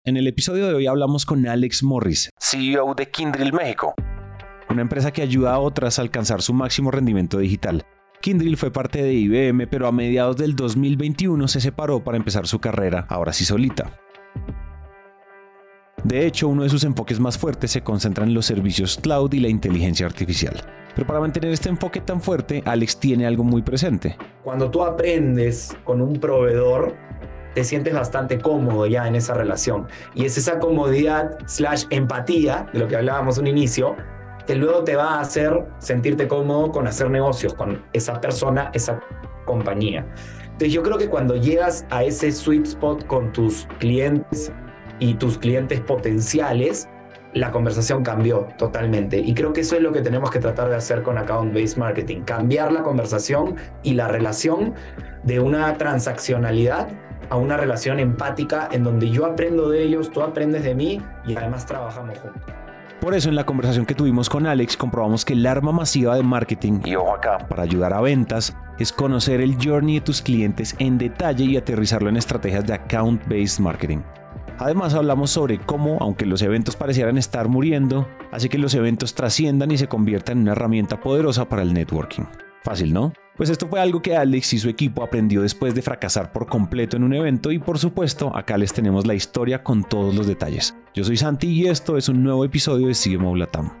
En el episodio de hoy hablamos con Alex Morris, CEO de Kyndryl México, una empresa que ayuda a otras a alcanzar su máximo rendimiento digital. Kyndryl fue parte de IBM, pero a mediados del 2021 se separó para empezar su carrera, ahora sí solita. De hecho, uno de sus enfoques más fuertes se concentra en los servicios cloud y la inteligencia artificial. Pero para mantener este enfoque tan fuerte, Alex tiene algo muy presente. Cuando tú aprendes con un proveedor, te sientes bastante cómodo ya en esa relación. Y es esa comodidad / empatía, de lo que hablábamos un inicio, que luego te va a hacer sentirte cómodo con hacer negocios con esa persona, esa compañía. Entonces yo creo que cuando llegas a ese sweet spot con tus clientes y tus clientes potenciales, la conversación cambió totalmente. Y creo que eso es lo que tenemos que tratar de hacer con Account-Based Marketing. Cambiar la conversación y la relación de una transaccionalidad a una relación empática en donde yo aprendo de ellos, tú aprendes de mí y además trabajamos juntos. Por eso en la conversación que tuvimos con Alex comprobamos que el arma masiva de marketing, y ojo acá, para ayudar a ventas, es conocer el journey de tus clientes en detalle y aterrizarlo en estrategias de Account-Based Marketing. Además hablamos sobre cómo, aunque los eventos parecieran estar muriendo, hace que los eventos trasciendan y se conviertan en una herramienta poderosa para el networking. Fácil, ¿no? Pues esto fue algo que Alex y su equipo aprendió después de fracasar por completo en un evento y por supuesto acá les tenemos la historia con todos los detalles. Yo soy Santi y esto es un nuevo episodio de CMO Latam.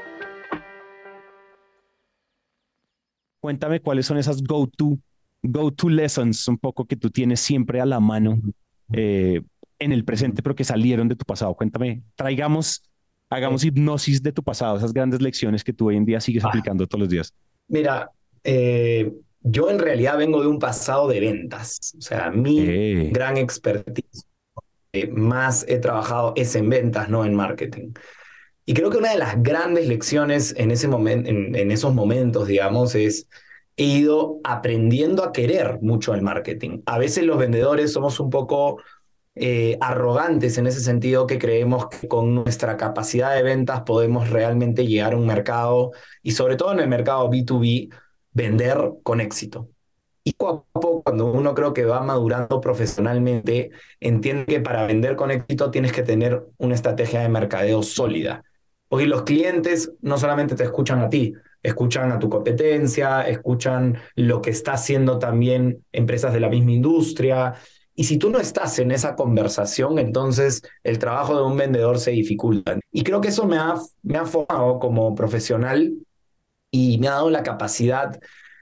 Cuéntame cuáles son esas go-to lessons un poco que tú tienes siempre a la mano en el presente pero que salieron de tu pasado. Cuéntame, hagamos hipnosis de tu pasado, esas grandes lecciones que tú hoy en día sigues aplicando todos los días. Mira, yo en realidad vengo de un pasado de ventas. O sea, mi gran expertise más he trabajado es en ventas, no en marketing. Y creo que una de las grandes lecciones en esos momentos, digamos, es he ido aprendiendo a querer mucho el marketing. A veces los vendedores somos un poco arrogantes en ese sentido, que creemos que con nuestra capacidad de ventas podemos realmente llegar a un mercado y sobre todo en el mercado B2B vender con éxito. Y poco a poco, cuando uno creo que va madurando profesionalmente, entiende que para vender con éxito tienes que tener una estrategia de mercadeo sólida. Porque los clientes no solamente te escuchan a ti, escuchan a tu competencia, escuchan lo que está haciendo también empresas de la misma industria. Y si tú no estás en esa conversación, entonces el trabajo de un vendedor se dificulta. Y creo que eso me ha formado como profesional y me ha dado la capacidad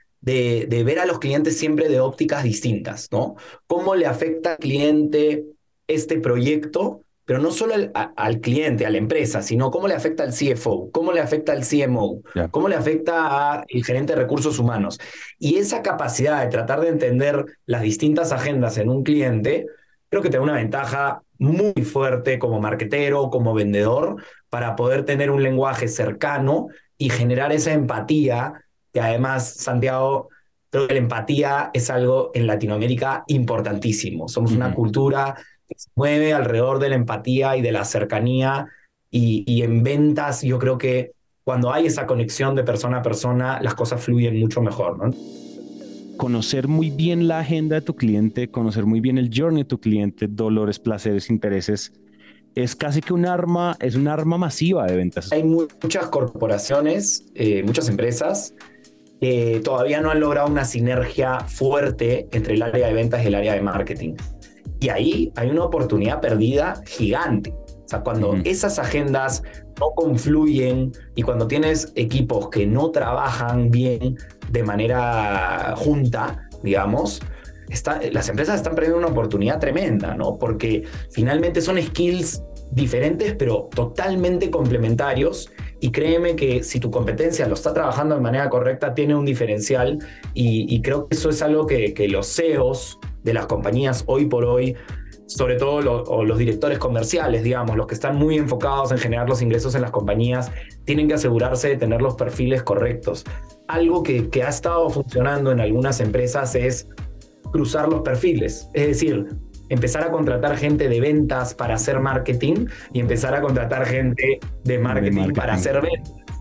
de ver a los clientes siempre de ópticas distintas, ¿no? ¿Cómo le afecta al cliente este proyecto? Pero no solo al cliente, a la empresa, sino cómo le afecta al CFO, cómo le afecta al CMO, cómo le afecta al gerente de recursos humanos. Y esa capacidad de tratar de entender las distintas agendas en un cliente, creo que te da una ventaja muy fuerte como marketero, como vendedor, para poder tener un lenguaje cercano y generar esa empatía, que además, Santiago, creo que la empatía es algo en Latinoamérica importantísimo. Somos una cultura que se mueve alrededor de la empatía y de la cercanía, y en ventas yo creo que cuando hay esa conexión de persona a persona, las cosas fluyen mucho mejor, ¿no? Conocer muy bien la agenda de tu cliente, conocer muy bien el journey de tu cliente, dolores, placeres, intereses, es casi que un arma masiva de ventas. Hay muchas corporaciones, muchas empresas que todavía no han logrado una sinergia fuerte entre el área de ventas y el área de marketing. Y ahí hay una oportunidad perdida gigante. O sea, cuando esas agendas no confluyen y cuando tienes equipos que no trabajan bien de manera junta, digamos, las empresas están perdiendo una oportunidad tremenda, ¿no? Porque finalmente son skills diferentes, pero totalmente complementarios. Y créeme que si tu competencia lo está trabajando de manera correcta, tiene un diferencial. Y creo que eso es algo que los CEOs de las compañías hoy por hoy, sobre todo los directores comerciales, digamos, los que están muy enfocados en generar los ingresos en las compañías, tienen que asegurarse de tener los perfiles correctos. Algo que ha estado funcionando en algunas empresas es cruzar los perfiles. Es decir, empezar a contratar gente de ventas para hacer marketing y empezar a contratar gente de marketing para hacer ventas.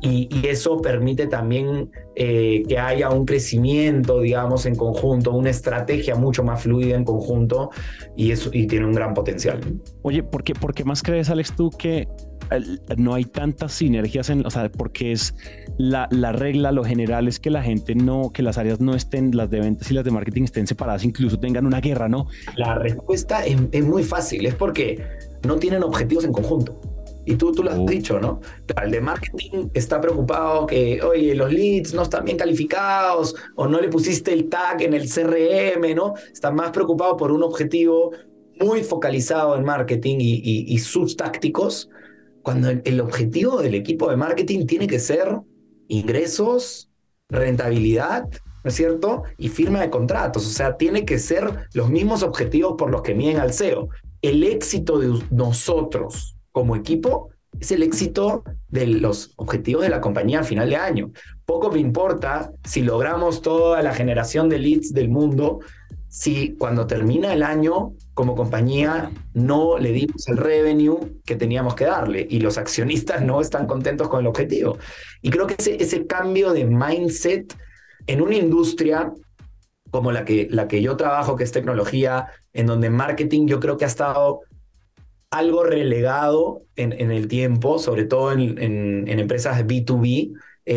y eso permite también que haya un crecimiento, digamos, en conjunto, una estrategia mucho más fluida en conjunto, y tiene un gran potencial. Oye, ¿por qué más crees, Alex, tú que no hay tantas sinergias o sea, porque es la regla, lo general es que la gente que las áreas no estén, las de ventas y las de marketing estén separadas, incluso tengan una guerra, ¿no? La respuesta es muy fácil, es porque no tienen objetivos en conjunto. Y tú lo has dicho, ¿no? El de marketing está preocupado que, oye, los leads no están bien calificados o no le pusiste el tag en el CRM, ¿no? Está más preocupado por un objetivo muy focalizado en marketing y sus tácticos, cuando el objetivo del equipo de marketing tiene que ser ingresos, rentabilidad, ¿no es cierto? Y firma de contratos. O sea, tiene que ser los mismos objetivos por los que miden al SEO. El éxito de nosotros como equipo es el éxito de los objetivos de la compañía a final de año. Poco me importa si logramos toda la generación de leads del mundo, si cuando termina el año como compañía no le dimos el revenue que teníamos que darle y los accionistas no están contentos con el objetivo. Y creo que ese cambio de mindset en una industria como la que yo trabajo, que es tecnología, en donde marketing yo creo que ha estado algo relegado en el tiempo, sobre todo en empresas B2B,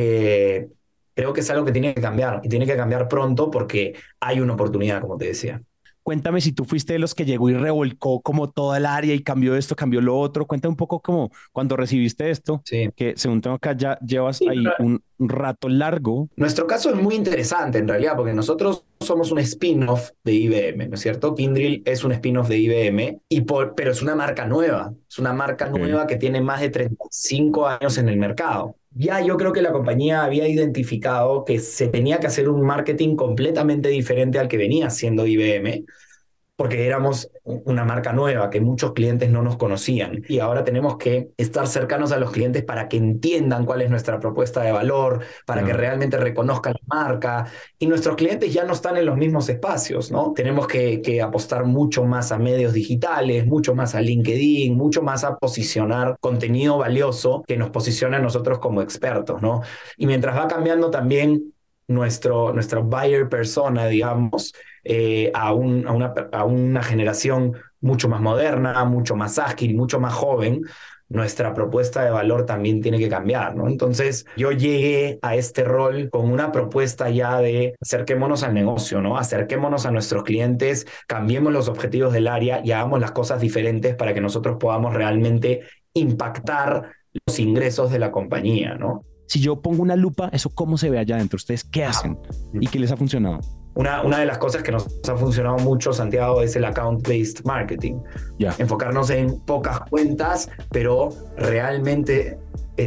creo que es algo que tiene que cambiar, y tiene que cambiar pronto porque hay una oportunidad, como te decía. Cuéntame si tú fuiste de los que llegó y revolcó como toda el área y cambió esto, cambió lo otro. Cuéntame un poco como cuando recibiste esto, sí, que según tengo acá ya llevas ahí un rato largo. Nuestro caso es muy interesante en realidad, porque nosotros somos un spin-off de IBM, ¿no es cierto? Kyndryl es un spin-off de IBM, pero es una marca nueva. Es una marca nueva que tiene más de 35 años en el mercado. Ya yo creo que la compañía había identificado que se tenía que hacer un marketing completamente diferente al que venía haciendo IBM, porque éramos una marca nueva, que muchos clientes no nos conocían. Y ahora tenemos que estar cercanos a los clientes para que entiendan cuál es nuestra propuesta de valor, para que realmente reconozcan la marca. Y nuestros clientes ya no están en los mismos espacios, ¿no? Tenemos que apostar mucho más a medios digitales, mucho más a LinkedIn, mucho más a posicionar contenido valioso que nos posiciona a nosotros como expertos, ¿no? Y mientras va cambiando también nuestro buyer persona, digamos, a una generación mucho más moderna, mucho más ágil, mucho más joven, nuestra propuesta de valor también tiene que cambiar, ¿no? Entonces, yo llegué a este rol con una propuesta ya de acerquémonos al negocio, ¿no? Acerquémonos a nuestros clientes, cambiemos los objetivos del área y hagamos las cosas diferentes para que nosotros podamos realmente impactar los ingresos de la compañía, ¿no? Si yo pongo una lupa, ¿eso cómo se ve allá adentro? ¿Ustedes qué hacen y qué les ha funcionado? Una de las cosas que nos ha funcionado mucho, Santiago, es el account-based marketing. Enfocarnos en pocas cuentas, pero realmente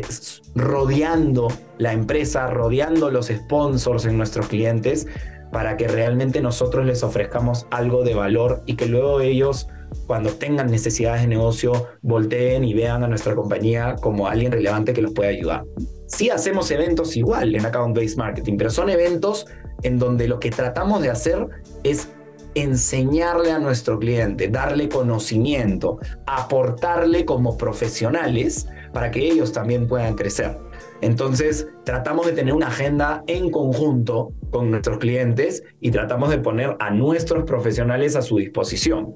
rodeando la empresa, rodeando los sponsors en nuestros clientes, para que realmente nosotros les ofrezcamos algo de valor y que luego ellos, cuando tengan necesidades de negocio, volteen y vean a nuestra compañía como alguien relevante que los puede ayudar. Sí hacemos eventos igual en account-based marketing, pero son eventos en donde lo que tratamos de hacer es enseñarle a nuestro cliente, darle conocimiento, aportarle como profesionales para que ellos también puedan crecer. Entonces, tratamos de tener una agenda en conjunto con nuestros clientes y tratamos de poner a nuestros profesionales a su disposición.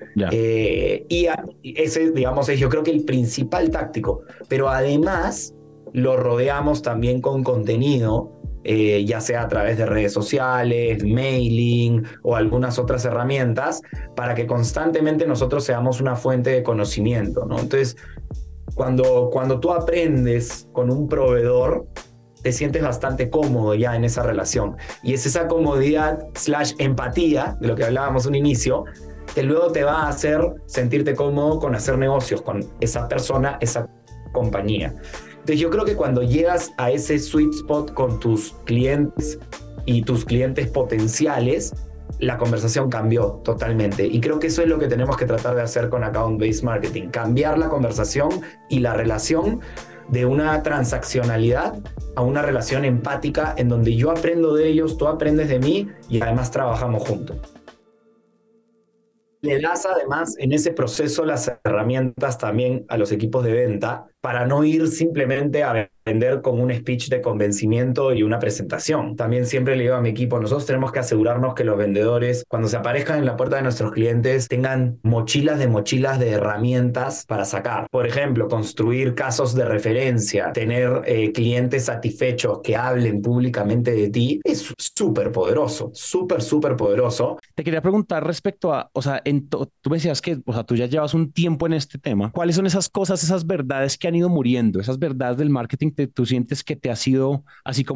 Y ese, digamos, es yo creo que el principal táctico, pero además lo rodeamos también con contenido, ya sea a través de redes sociales, mailing o algunas otras herramientas, para que constantemente nosotros seamos una fuente de conocimiento, ¿no? Entonces, cuando tú aprendes con un proveedor, te sientes bastante cómodo ya en esa relación. Y es esa comodidad / empatía, de lo que hablábamos un inicio, que luego te va a hacer sentirte cómodo con hacer negocios con esa persona, esa compañía. Entonces yo creo que cuando llegas a ese sweet spot con tus clientes y tus clientes potenciales, la conversación cambió totalmente. Y creo que eso es lo que tenemos que tratar de hacer con account-based marketing. Cambiar la conversación y la relación de una transaccionalidad a una relación empática en donde yo aprendo de ellos, tú aprendes de mí y además trabajamos juntos. le das además en ese proceso las herramientas también a los equipos de venta para no ir simplemente a vender con un speech de convencimiento y una presentación. También siempre le digo a mi equipo, nosotros tenemos que asegurarnos que los vendedores, cuando se aparezcan en la puerta de nuestros clientes, tengan mochilas de herramientas para sacar. Por ejemplo, construir casos de referencia, tener clientes satisfechos que hablen públicamente de ti, es súper poderoso, súper poderoso. Te quería preguntar respecto a, o sea, tú me decías que, o sea, tú ya llevas un tiempo en este tema. ¿Cuáles son esas cosas, esas verdades que han ido muriendo, esas verdades del marketing que tú sientes que te ha sido,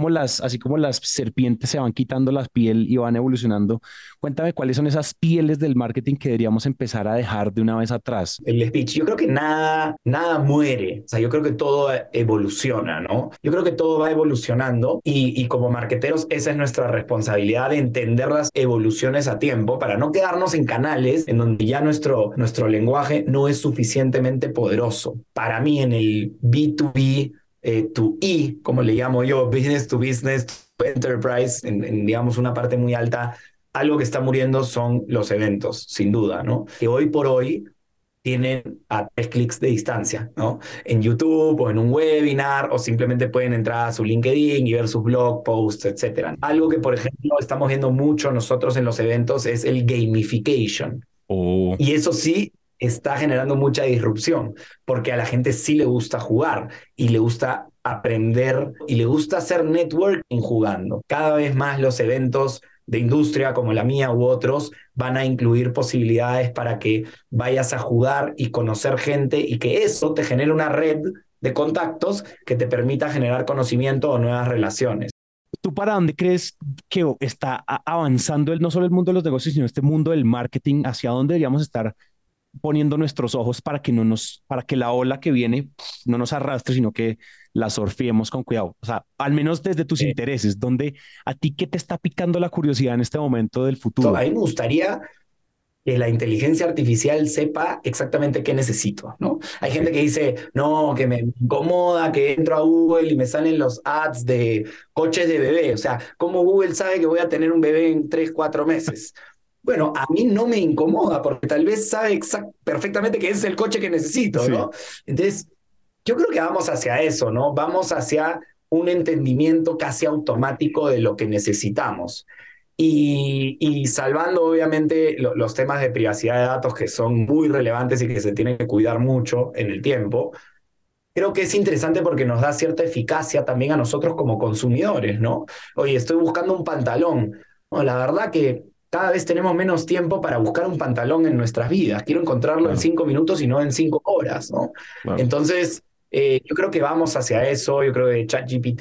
así como las serpientes se van quitando la piel y van evolucionando? Cuéntame cuáles son esas pieles del marketing que deberíamos empezar a dejar de una vez atrás. El speech, yo creo que nada muere, o sea, yo creo que todo evoluciona, ¿no? Yo creo que todo va evolucionando y como marketeros esa es nuestra responsabilidad de entender las evoluciones a tiempo para no quedarnos en canales en donde ya nuestro lenguaje no es suficientemente poderoso. Para mí en el B2B, to E, como le llamo yo, business to business, to enterprise, en digamos una parte muy alta, algo que está muriendo son los eventos, sin duda, ¿no? Que hoy por hoy tienen a 3 clics de distancia, ¿no? En YouTube o en un webinar o simplemente pueden entrar a su LinkedIn y ver sus blog posts, etc. Algo que, por ejemplo, estamos viendo mucho nosotros en los eventos es el gamification. Oh. Y eso sí está generando mucha disrupción porque a la gente sí le gusta jugar y le gusta aprender y le gusta hacer networking jugando. Cada vez más los eventos de industria como la mía u otros van a incluir posibilidades para que vayas a jugar y conocer gente y que eso te genere una red de contactos que te permita generar conocimiento o nuevas relaciones. ¿Tú para dónde crees que está avanzando no solo el mundo de los negocios, sino este mundo del marketing? ¿Hacia dónde deberíamos estar poniendo nuestros ojos para que para que la ola que viene no nos arrastre, sino que la surfeemos con cuidado? O sea, al menos desde tus intereses, ¿dónde a ti qué te está picando la curiosidad en este momento del futuro? A mí me gustaría que la inteligencia artificial sepa exactamente qué necesito, ¿no? Hay gente que dice, no, que me incomoda, que entro a Google y me salen los ads de coches de bebé. O sea, ¿cómo Google sabe que voy a tener un bebé en 3, 4 meses? Bueno, a mí no me incomoda porque tal vez sabe perfectamente que ese es el coche que necesito, ¿no? Sí. Entonces, yo creo que vamos hacia eso, ¿no? Vamos hacia un entendimiento casi automático de lo que necesitamos. Y salvando obviamente los temas de privacidad de datos que son muy relevantes y que se tienen que cuidar mucho en el tiempo, creo que es interesante porque nos da cierta eficacia también a nosotros como consumidores, ¿no? Oye, estoy buscando un pantalón. No, la verdad que cada vez tenemos menos tiempo para buscar un pantalón en nuestras vidas. Quiero encontrarlo en 5 minutos y no en 5 horas, ¿no? Claro. Entonces, yo creo que vamos hacia eso. Yo creo que ChatGPT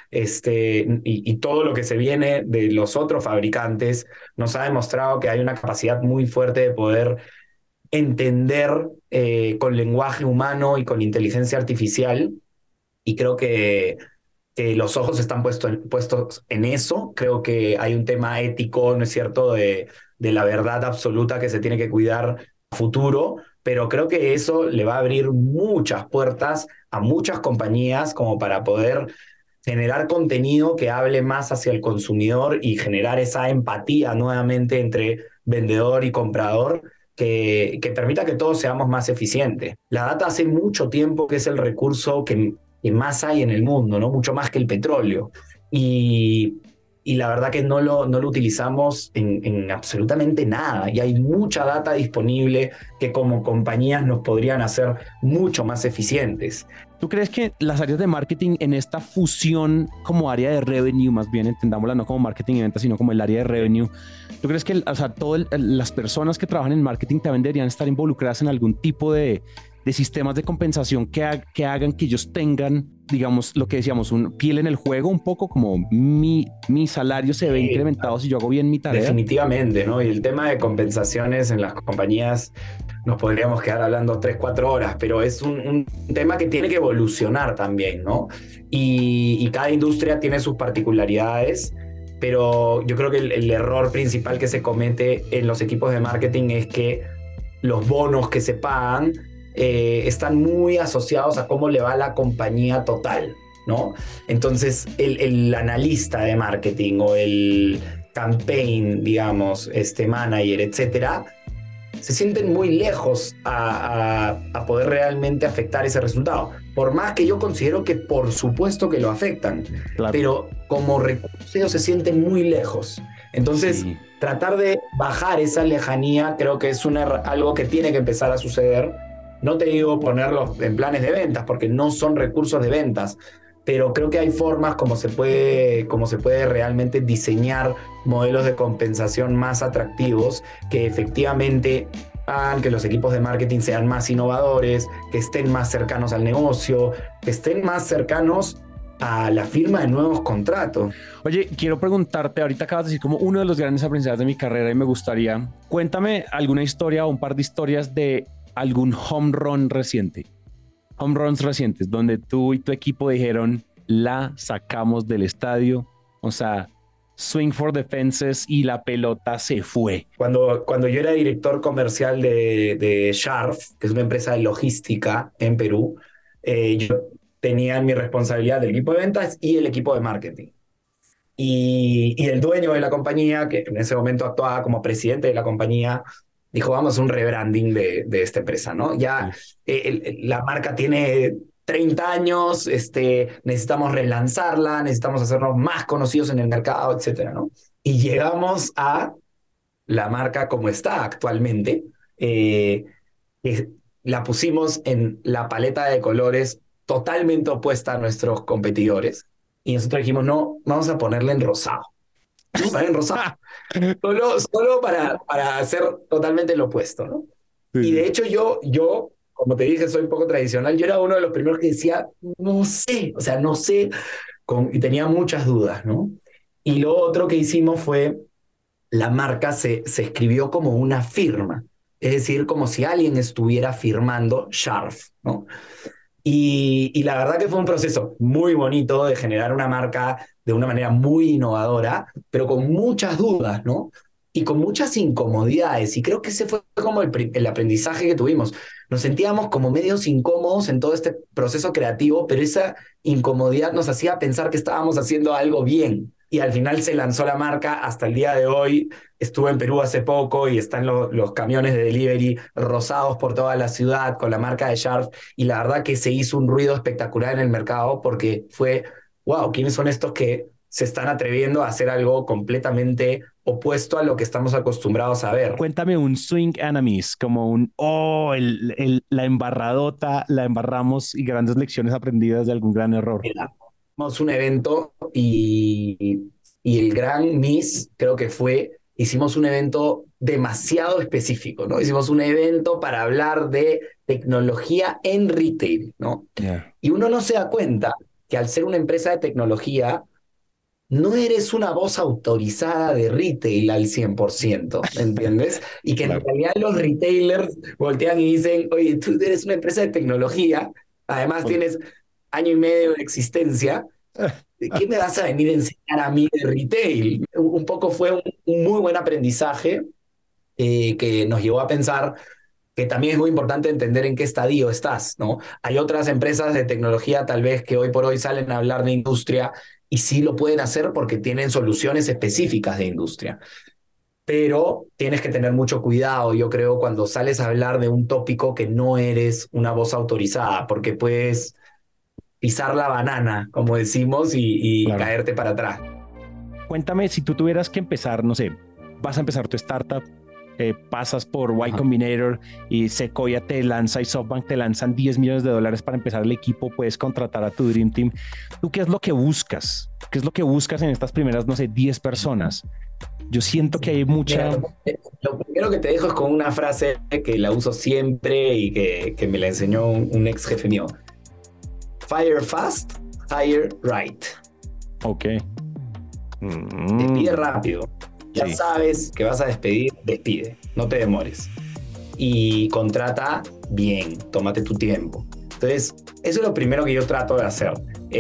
y todo lo que se viene de los otros fabricantes nos ha demostrado que hay una capacidad muy fuerte de poder entender con lenguaje humano y con inteligencia artificial. Y creo que los ojos están puestos en eso. Creo que hay un tema ético, ¿no es cierto?, de la verdad absoluta que se tiene que cuidar a futuro, pero creo que eso le va a abrir muchas puertas a muchas compañías como para poder generar contenido que hable más hacia el consumidor y generar esa empatía nuevamente entre vendedor y comprador que permita que todos seamos más eficientes. La data hace mucho tiempo que es el recurso que más hay en el mundo, ¿no? Mucho más que el petróleo. Y la verdad que no lo utilizamos en absolutamente nada. Y hay mucha data disponible que como compañías nos podrían hacer mucho más eficientes. ¿Tú crees que las áreas de marketing en esta fusión como área de revenue, más bien entendámosla no como marketing y ventas, sino como el área de revenue, ¿tú crees que todas las personas que trabajan en marketing también deberían estar involucradas en algún tipo de sistemas de compensación que hagan que ellos tengan, digamos, lo que decíamos, un piel en el juego, un poco como mi salario se ve incrementado si yo hago bien mi tarea? Definitivamente, ¿no? Y el tema de compensaciones en las compañías nos podríamos quedar hablando 3, 4 horas, pero es un tema que tiene que evolucionar también, ¿no? Y cada industria tiene sus particularidades, pero yo creo que el error principal que se comete en los equipos de marketing es que los bonos que se pagan están muy asociados a cómo le va a la compañía total, ¿no? Entonces, el analista de marketing o el campaign, digamos, manager, etcétera, se sienten muy lejos a poder realmente afectar ese resultado. Por más que yo considero que por supuesto que lo afectan, claro, pero como recursos ellos se sienten muy lejos. Entonces, sí, tratar de bajar esa lejanía creo que es algo que tiene que empezar a suceder. No te digo ponerlos en planes de ventas, porque no son recursos de ventas, pero creo que hay formas como se puede realmente diseñar modelos de compensación más atractivos que efectivamente hagan que los equipos de marketing sean más innovadores, que estén más cercanos al negocio, que estén más cercanos a la firma de nuevos contratos. Oye, quiero preguntarte, ahorita acabas de decir como uno de los grandes aprendizajes de mi carrera y me gustaría, cuéntame alguna historia o un par de historias de algún home run reciente. Home runs recientes, donde tú y tu equipo dijeron, la sacamos del estadio, o sea, swing for the fences y la pelota se fue. Cuando yo era director comercial de Sharf, que es una empresa de logística en Perú, yo tenía en mi responsabilidad el equipo de ventas y el equipo de marketing. Y el dueño de la compañía, que en ese momento actuaba como presidente de la compañía, dijo, vamos a hacer un rebranding de esta empresa, ¿no? Ya la marca tiene 30 años, necesitamos relanzarla, necesitamos hacernos más conocidos en el mercado, etcétera, ¿no? Y llegamos a la marca como está actualmente, la pusimos en la paleta de colores totalmente opuesta a nuestros competidores, y nosotros dijimos, no, vamos a ponerle en rosado. En rosado. Solo para hacer totalmente lo opuesto, ¿no? Sí. Y de hecho yo, como te dije, soy un poco tradicional. Yo era uno de los primeros que decía, no sé, y tenía muchas dudas, ¿no? Y lo otro que hicimos fue, la marca se escribió como una firma, es decir, como si alguien estuviera firmando Sharf, ¿no? Y la verdad que fue un proceso muy bonito de generar una marca de una manera muy innovadora, pero con muchas dudas, ¿no? Y con muchas incomodidades. Y creo que ese fue como el aprendizaje que tuvimos. Nos sentíamos como medios incómodos en todo este proceso creativo, pero esa incomodidad nos hacía pensar que estábamos haciendo algo bien. Y al final se lanzó la marca hasta el día de hoy. Estuve en Perú hace poco y están los camiones de delivery rosados por toda la ciudad con la marca de Sharf. Y la verdad que se hizo un ruido espectacular en el mercado porque fue, wow, ¿quiénes son estos que se están atreviendo a hacer algo completamente opuesto a lo que estamos acostumbrados a ver? Cuéntame un swing and a miss, como la embarradota, la embarramos y grandes lecciones aprendidas de algún gran error. Hicimos un evento y el gran miss creo que hicimos un evento demasiado específico, ¿no? Hicimos un evento para hablar de tecnología en retail, ¿no? Yeah. Y uno no se da cuenta que al ser una empresa de tecnología, no eres una voz autorizada de retail al 100%, ¿entiendes? Y que en realidad los retailers voltean y dicen, oye, tú eres una empresa de tecnología, además tienes año y medio de existencia, ¿qué me vas a venir a enseñar a mí de retail? Un poco fue un muy buen aprendizaje que nos llevó a pensar que también es muy importante entender en qué estadio estás, ¿no? Hay otras empresas de tecnología tal vez que hoy por hoy salen a hablar de industria y sí lo pueden hacer porque tienen soluciones específicas de industria. Pero tienes que tener mucho cuidado, yo creo, cuando sales a hablar de un tópico que no eres una voz autorizada, porque puedes pisar la banana, como decimos, y claro, caerte para atrás. Cuéntame, si tú tuvieras que empezar, no sé, vas a empezar tu startup, pasas por Y Combinator y Sequoia te lanza y SoftBank te lanzan $10 millones para empezar el equipo, puedes contratar a tu Dream Team. ¿Tú qué es lo que buscas? ¿Qué es lo que buscas en estas primeras, no sé, 10 personas? Yo siento que hay mucha... Lo primero que te dejo es con una frase que la uso siempre y que me la enseñó un ex jefe mío. Fire fast, hire right. Ok. Despide rápido. Ya sabes que vas a despedir, despide. No te demores. Y contrata bien. Tómate tu tiempo. Entonces, eso es lo primero que yo trato de hacer.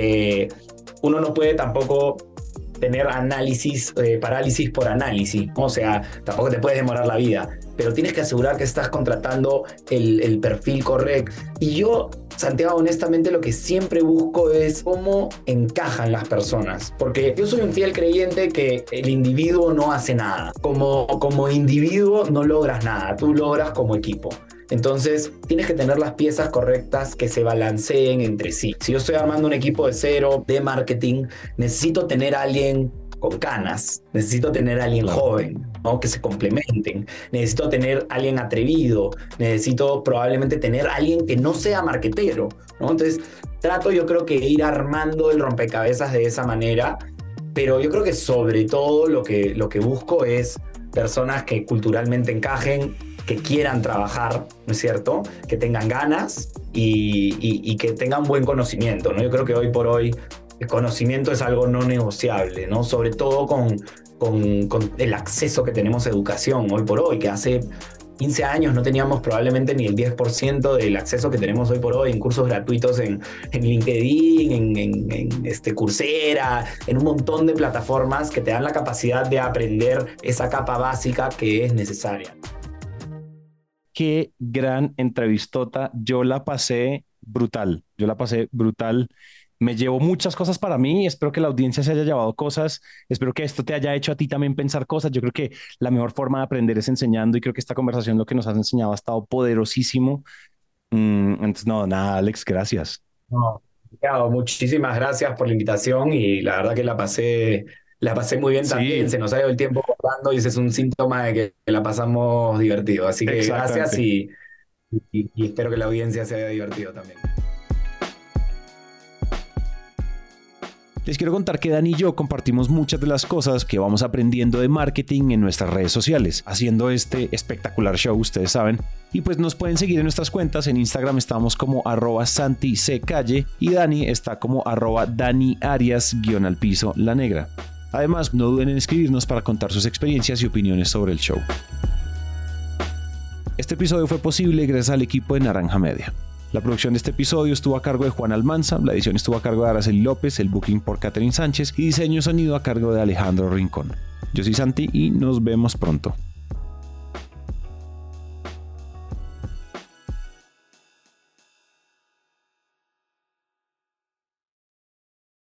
Uno no puede tampoco tener parálisis por análisis, ¿no? O sea, tampoco te puedes demorar la vida, pero tienes que asegurar que estás contratando el perfil correcto. Y yo Santiago, honestamente lo que siempre busco es cómo encajan las personas, porque yo soy un fiel creyente que el individuo no hace nada. Como individuo no logras nada, tú logras como equipo. Entonces tienes que tener las piezas correctas que se balanceen entre sí. Si yo estoy armando un equipo de cero de marketing, necesito tener a alguien con canas, necesito tener a alguien joven, ¿no? Que se complementen, necesito tener a alguien atrevido, necesito probablemente tener a alguien que no sea marketero, ¿no? Entonces trato, yo creo, que ir armando el rompecabezas de esa manera, pero yo creo que sobre todo lo que busco es personas que culturalmente encajen, que quieran trabajar, ¿no es cierto? Que tengan ganas y que tengan buen conocimiento, ¿no? Yo creo que hoy por hoy el conocimiento es algo no negociable, ¿no? Sobre todo con el acceso que tenemos a educación hoy por hoy, que hace 15 años no teníamos probablemente ni el 10% del acceso que tenemos hoy por hoy en cursos gratuitos en LinkedIn, en Coursera, en un montón de plataformas que te dan la capacidad de aprender esa capa básica que es necesaria. Qué gran entrevistota, yo la pasé brutal. Me llevo muchas cosas para mí, espero que la audiencia se haya llevado cosas, espero que esto te haya hecho a ti también pensar cosas. Yo creo que la mejor forma de aprender es enseñando y creo que esta conversación lo que nos has enseñado ha estado poderosísimo. Entonces, no, nada, Alex, gracias. No, Santiago, muchísimas gracias por la invitación y la verdad que la pasé muy bien también. Se nos ha ido el tiempo volando y ese es un síntoma de que la pasamos divertido. Así que gracias y espero que la audiencia se haya divertido también. Les quiero contar que Dani y yo compartimos muchas de las cosas que vamos aprendiendo de marketing en nuestras redes sociales, haciendo este espectacular show, ustedes saben. Y pues nos pueden seguir en nuestras cuentas. En Instagram estamos como @SantiCcalle y Dani está como @DaniArias_la negra. Además, no duden en escribirnos para contar sus experiencias y opiniones sobre el show. Este episodio fue posible gracias al equipo de Naranja Media. La producción de este episodio estuvo a cargo de Juan Almanza, la edición estuvo a cargo de Araceli López, el booking por Catherine Sánchez y diseño de sonido a cargo de Alejandro Rincón. Yo soy Santi y nos vemos pronto.